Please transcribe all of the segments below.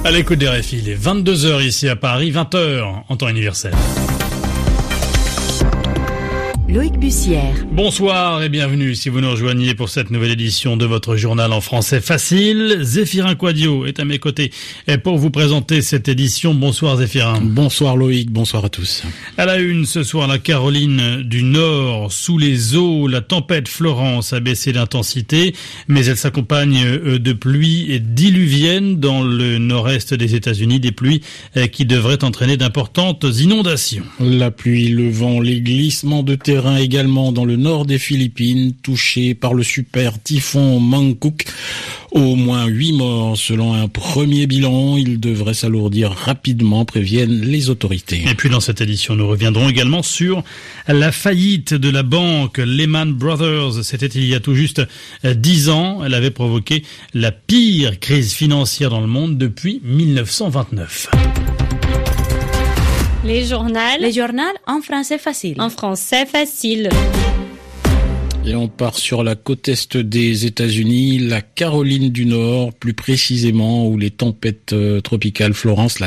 À l'écoute des RFI, il est 22h ici à Paris, 20h en temps universel. Loïc Bussière. Bonsoir et bienvenue si vous nous rejoignez pour cette nouvelle édition de votre journal en français facile. Zéphirin Quadio est à mes côtés pour vous présenter cette édition. Bonsoir Zéphirin. Bonsoir Loïc, bonsoir à tous. À la une ce soir, la Caroline du Nord, sous les eaux, la tempête Florence a baissé d'intensité, mais elle s'accompagne de pluies diluviennes dans le nord-est des États-Unis, des pluies qui devraient entraîner d'importantes inondations. La pluie, le vent, les glissements de terrain également dans le nord des Philippines, touché par le super typhon Mangkhut. Au moins 8 morts selon un premier bilan. Il devrait s'alourdir rapidement, préviennent les autorités. Et puis dans cette édition, nous reviendrons également sur la faillite de la banque Lehman Brothers. C'était il y a tout juste 10 ans. Elle avait provoqué la pire crise financière dans le monde depuis 1929. Les journaux En français facile. En français facile. Et on part sur la côte est des États-Unis, la Caroline du Nord, plus précisément, où la tempête tropicale Florence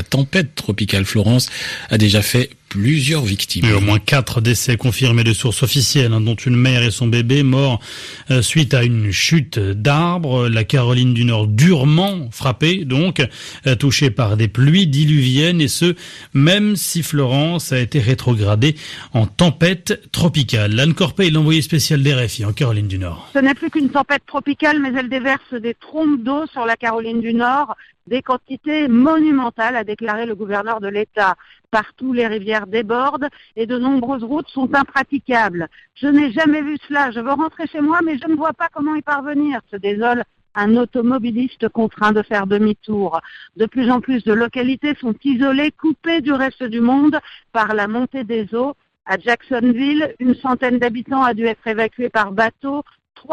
a déjà fait plusieurs victimes. Et au moins 4 décès confirmés de sources officielles, dont une mère et son bébé morts suite à une chute d'arbres. La Caroline du Nord durement frappée, donc touchée par des pluies diluviennes, et ce, même si Florence a été rétrogradée en tempête tropicale. Anne Corpé est l'envoyée spéciale d'RFI en Caroline du Nord. Ce n'est plus qu'une tempête tropicale, mais elle déverse des trombes d'eau sur la Caroline du Nord, des quantités monumentales, a déclaré le gouverneur de l'État. Partout, les rivières débordent et de nombreuses routes sont impraticables. Je n'ai jamais vu cela. Je veux rentrer chez moi, mais je ne vois pas comment y parvenir, se désole un automobiliste contraint de faire demi-tour. De plus en plus de localités sont isolées, coupées du reste du monde par la montée des eaux. À Jacksonville, 100 d'habitants a dû être évacués par bateau.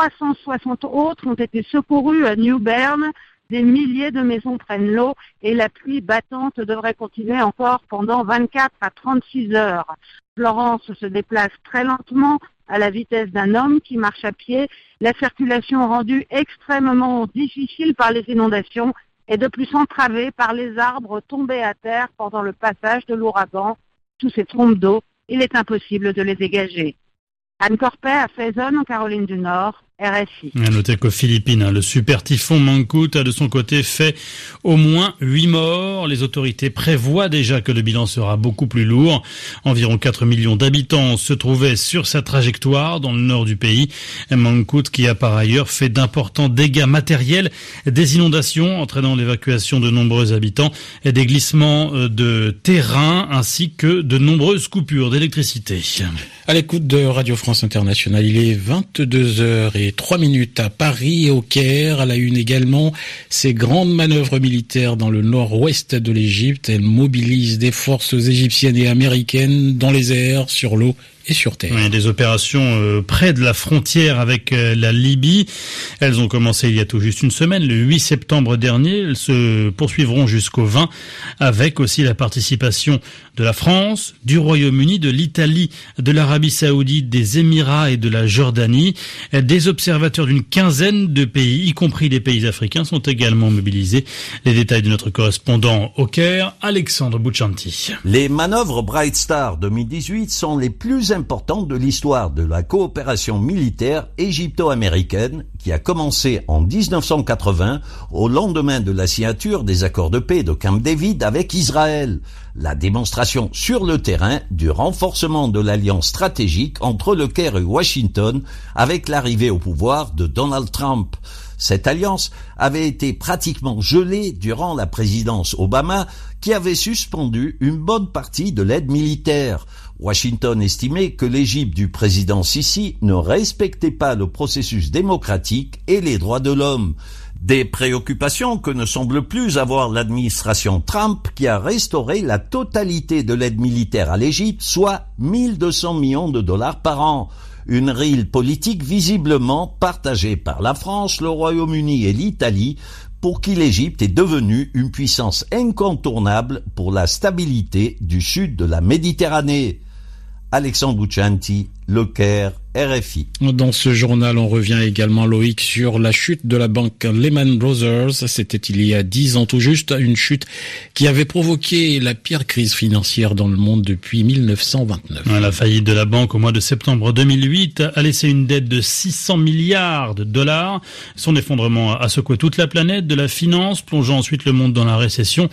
360 autres ont été secourus à New Bern. Des milliers de maisons prennent l'eau et la pluie battante devrait continuer encore pendant 24 à 36 heures. Florence se déplace très lentement à la vitesse d'un homme qui marche à pied. La circulation rendue extrêmement difficile par les inondations et de plus entravée par les arbres tombés à terre pendant le passage de l'ouragan. Sous ces trombes d'eau, il est impossible de les dégager. Anne Corpé à Faison, en Caroline du Nord, RFI. À noter qu'aux Philippines, le super typhon Mangkhut a de son côté fait au moins 8 morts. Les autorités prévoient déjà que le bilan sera beaucoup plus lourd. Environ 4 millions d'habitants se trouvaient sur sa trajectoire dans le nord du pays. Mangkhut qui a par ailleurs fait d'importants dégâts matériels, des inondations entraînant l'évacuation de nombreux habitants et des glissements de terrain ainsi que de nombreuses coupures d'électricité. À l'écoute de Radio France Internationale, il est 22h03 à Paris et au Caire. À la une également, ces grandes manœuvres militaires dans le nord-ouest de l'Égypte. Elles mobilisent des forces égyptiennes et américaines dans les airs, sur l'eau et sur terre. Oui, des opérations près de la frontière avec la Libye. Elles ont commencé il y a tout juste une semaine, le 8 septembre dernier. Elles se poursuivront jusqu'au 20, avec aussi la participation de la France, du Royaume-Uni, de l'Italie, de l'Arabie Saoudite, des Émirats et de la Jordanie. Des observateurs d'une quinzaine de pays, y compris des pays africains, sont également mobilisés. Les détails de notre correspondant au Caire, Alexandre Bouchanti. Les manœuvres Bright Star 2018 sont les plus importante de l'histoire de la coopération militaire égypto-américaine qui a commencé en 1980 au lendemain de la signature des accords de paix de Camp David avec Israël. La démonstration sur le terrain du renforcement de l'alliance stratégique entre le Caire et Washington avec l'arrivée au pouvoir de Donald Trump. Cette alliance avait été pratiquement gelée durant la présidence Obama, qui avait suspendu une bonne partie de l'aide militaire. Washington estimait que l'Égypte du président Sisi ne respectait pas le processus démocratique et les droits de l'homme. Des préoccupations que ne semble plus avoir l'administration Trump, qui a restauré la totalité de l'aide militaire à l'Égypte, soit 1200 millions de dollars par an. Une rille politique visiblement partagée par la France, le Royaume-Uni et l'Italie, pour qui l'Égypte est devenue une puissance incontournable pour la stabilité du sud de la Méditerranée. Alexandre Bouchanti, Le Caire, RFI. Dans ce journal, on revient également, Loïc, sur la chute de la banque Lehman Brothers. C'était il y a 10 ans tout juste, une chute qui avait provoqué la pire crise financière dans le monde depuis 1929. La faillite de la banque au mois de septembre 2008 a laissé une dette de 600 milliards de dollars. Son effondrement a secoué toute la planète de la finance, plongeant ensuite le monde dans la récession.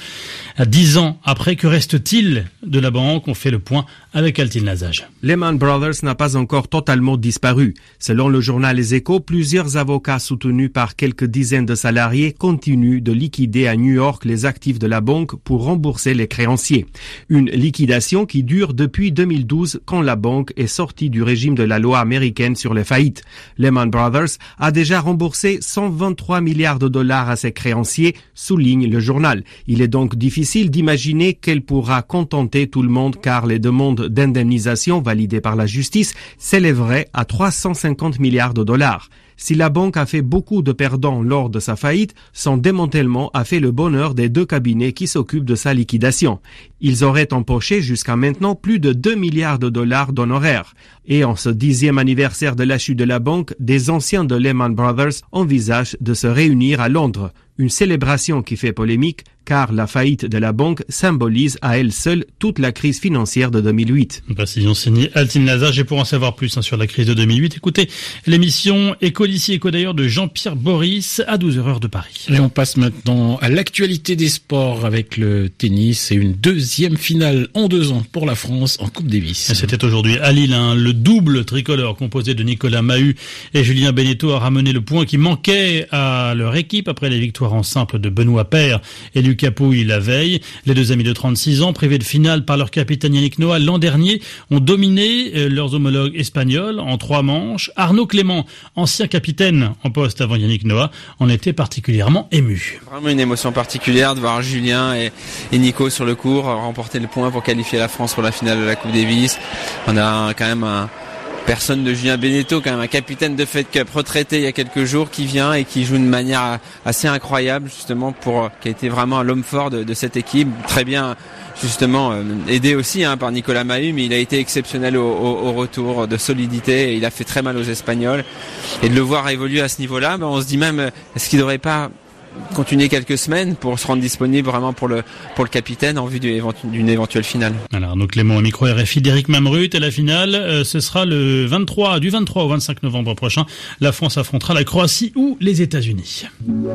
10 ans après, que reste-t-il de la banque? On fait le point avec Altine Lazage. Lehman Brothers n'a pas encore totalement disparu. Selon le journal Les Échos, plusieurs avocats soutenus par quelques dizaines de salariés continuent de liquider à New York les actifs de la banque pour rembourser les créanciers. Une liquidation qui dure depuis 2012 quand la banque est sortie du régime de la loi américaine sur les faillites. Lehman Brothers a déjà remboursé 123 milliards de dollars à ses créanciers, souligne le journal. Il est donc difficile d'imaginer qu'elle pourra contenter tout le monde car les demandes d'indemnisation validées par la justice s'élèveraient à 350 milliards de dollars. Si la banque a fait beaucoup de perdants lors de sa faillite, son démantèlement a fait le bonheur des 2 cabinets qui s'occupent de sa liquidation. Ils auraient empoché jusqu'à maintenant plus de 2 milliards de dollars d'honoraires. Et en ce 10e anniversaire de la chute de la banque, des anciens de Lehman Brothers envisagent de se réunir à Londres. Une célébration qui fait polémique car la faillite de la banque symbolise à elle seule toute la crise financière de 2008. Précision signée Altine Lazage. Et pour en savoir plus sur la crise de 2008, écoutez l'émission Éco d'ici, Éco d'ailleurs de Jean-Pierre Boris à 12h de Paris. Et on passe maintenant à l'actualité des sports avec le tennis et une 2e finale en 2 ans pour la France en Coupe Davis. C'était aujourd'hui à Lille, le double tricolore composé de Nicolas Mahut et Julien Beneteau a ramené le point qui manquait à leur équipe après les victoires en simple de Benoît Paire et Lucas Pouille la veille. Les 2 amis de 36 ans, privés de finale par leur capitaine Yannick Noah l'an dernier, ont dominé leurs homologues espagnols en 3 manches. Arnaud Clément, ancien capitaine en poste avant Yannick Noah, en était particulièrement ému. Vraiment une émotion particulière de voir Julien et Nico sur le court remporter le point pour qualifier la France pour la finale de la Coupe Davis. On a quand même personne de Julien Beneteau, quand même un capitaine de Fed Cup retraité il y a quelques jours qui vient et qui joue de manière assez incroyable justement qui a été vraiment l'homme fort de cette équipe, très bien justement aidé aussi par Nicolas Mahut, mais il a été exceptionnel au retour de solidité et il a fait très mal aux Espagnols et de le voir évoluer à ce niveau-là, on se dit même est-ce qu'il devrait pas continuer quelques semaines pour se rendre disponible vraiment pour le capitaine en vue d'une éventuelle finale. Alors Arnaud Clément au micro RFI d'Éric Mamrut et la finale ce sera du 23 au 25 novembre prochain. La France affrontera la Croatie ou les États-Unis.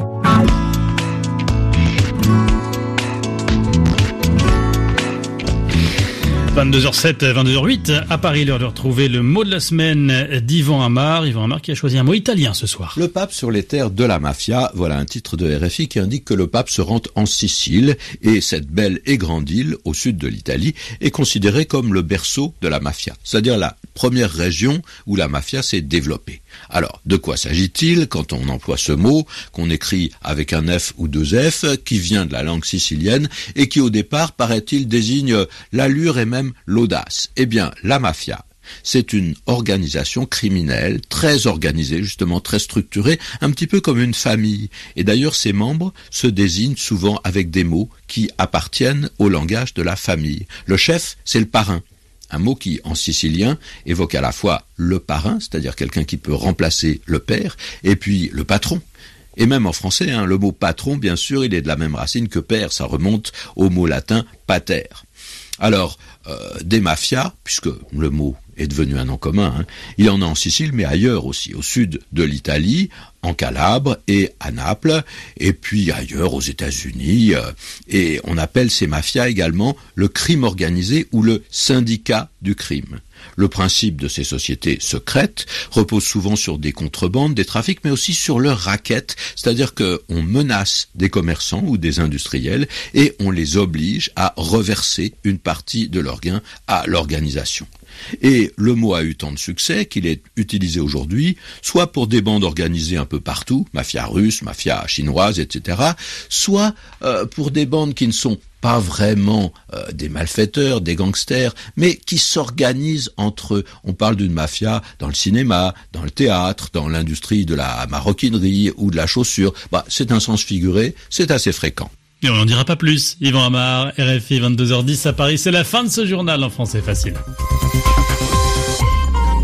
22h07, 22h08, à Paris, l'heure de retrouver le mot de la semaine d'Yvan Amar. Yvan Amar qui a choisi un mot italien ce soir. Le pape sur les terres de la mafia, voilà un titre de RFI qui indique que le pape se rend en Sicile et cette belle et grande île au sud de l'Italie est considérée comme le berceau de la mafia, c'est-à-dire la première région où la mafia s'est développée. Alors, de quoi s'agit-il quand on emploie ce mot, qu'on écrit avec un F ou 2 F, qui vient de la langue sicilienne et qui au départ, paraît-il, désigne l'allure et même l'audace? Eh bien, la mafia, c'est une organisation criminelle très organisée, justement très structurée, un petit peu comme une famille. Et d'ailleurs, ses membres se désignent souvent avec des mots qui appartiennent au langage de la famille. Le chef, c'est le parrain. Un mot qui, en sicilien, évoque à la fois le parrain, c'est-à-dire quelqu'un qui peut remplacer le père, et puis le patron. Et même en français, le mot patron, bien sûr, il est de la même racine que père, ça remonte au mot latin pater. Alors, des mafias, puisque le mot est devenu un nom commun, il y en a en Sicile, mais ailleurs aussi, au sud de l'Italie, en Calabre et à Naples, et puis ailleurs aux États-Unis, et on appelle ces mafias également le crime organisé ou le syndicat du crime. Le principe de ces sociétés secrètes repose souvent sur des contrebandes, des trafics, mais aussi sur leur racket, c'est-à-dire qu'on menace des commerçants ou des industriels et on les oblige à reverser une partie de leurs gains à l'organisation. Et le mot a eu tant de succès qu'il est utilisé aujourd'hui, soit pour des bandes organisées un peu partout, mafia russe, mafia chinoise, etc., soit pour des bandes qui ne sont pas vraiment des malfaiteurs, des gangsters, mais qui s'organisent entre eux. On parle d'une mafia dans le cinéma, dans le théâtre, dans l'industrie de la maroquinerie ou de la chaussure. C'est un sens figuré, c'est assez fréquent. Et on n'en dira pas plus. Yvan Amar, RFI 22h10 à Paris. C'est la fin de ce journal en français facile.